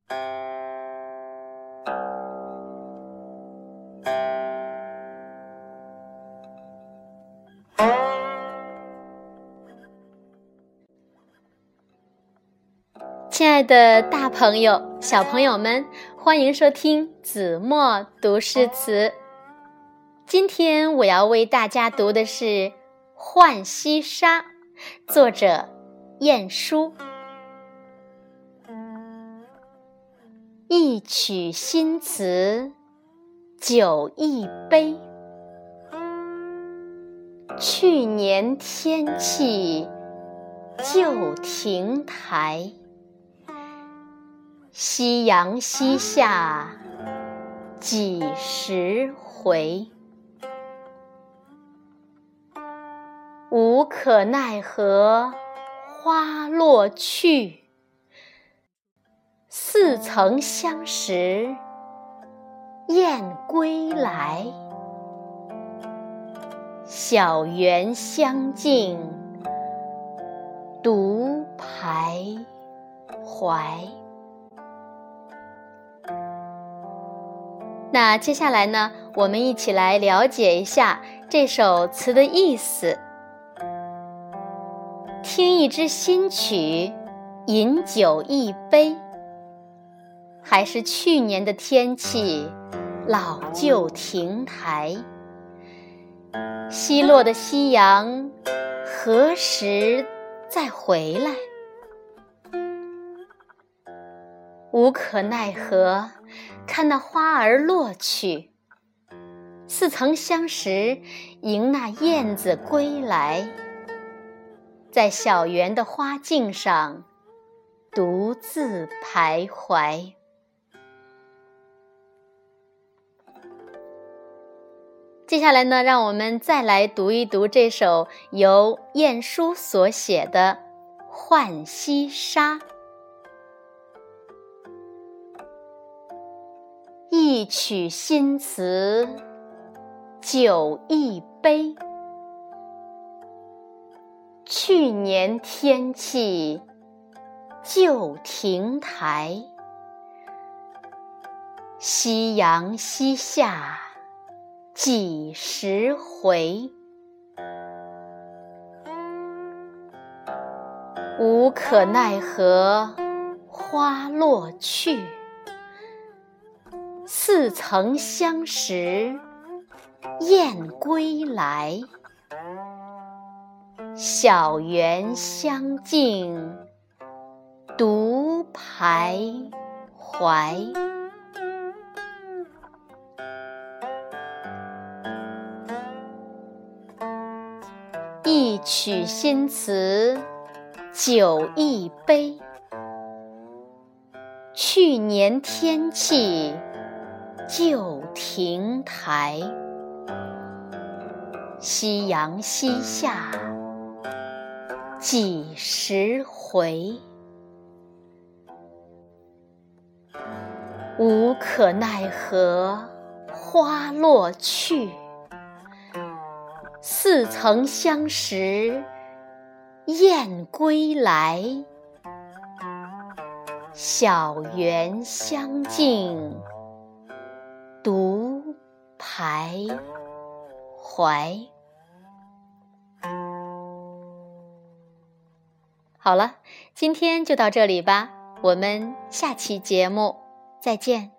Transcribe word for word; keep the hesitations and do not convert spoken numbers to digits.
亲爱的大朋友、小朋友们，欢迎收听子墨读诗词。今天我要为大家读的是《浣溪沙》，作者晏殊。一曲新词酒一杯，去年天气旧亭台。夕阳西下几时回？无可奈何花落去，似曾相识燕归来。小园香径独徘徊。那接下来呢，我们一起来了解一下这首词的意思。听一支新曲，饮酒一杯，还是去年的天气，老旧亭台。西落的夕阳何时再回来？无可奈何看那花儿落去，似曾相识迎那燕子归来。在小园的花径上独自徘徊。接下来呢，让我们再来读一读这首由晏殊所写的《浣溪沙》。一曲新词酒一杯，去年天气旧亭台。夕阳西下几时回？无可奈何花落去，似曾相识燕归来。小园香径独徘徊。一曲新词酒一杯，去年天气旧亭台。夕阳西下几时回？无可奈何花落去，似曾相识燕归来。小园香径独徘徊。好了，今天就到这里吧，我们下期节目再见。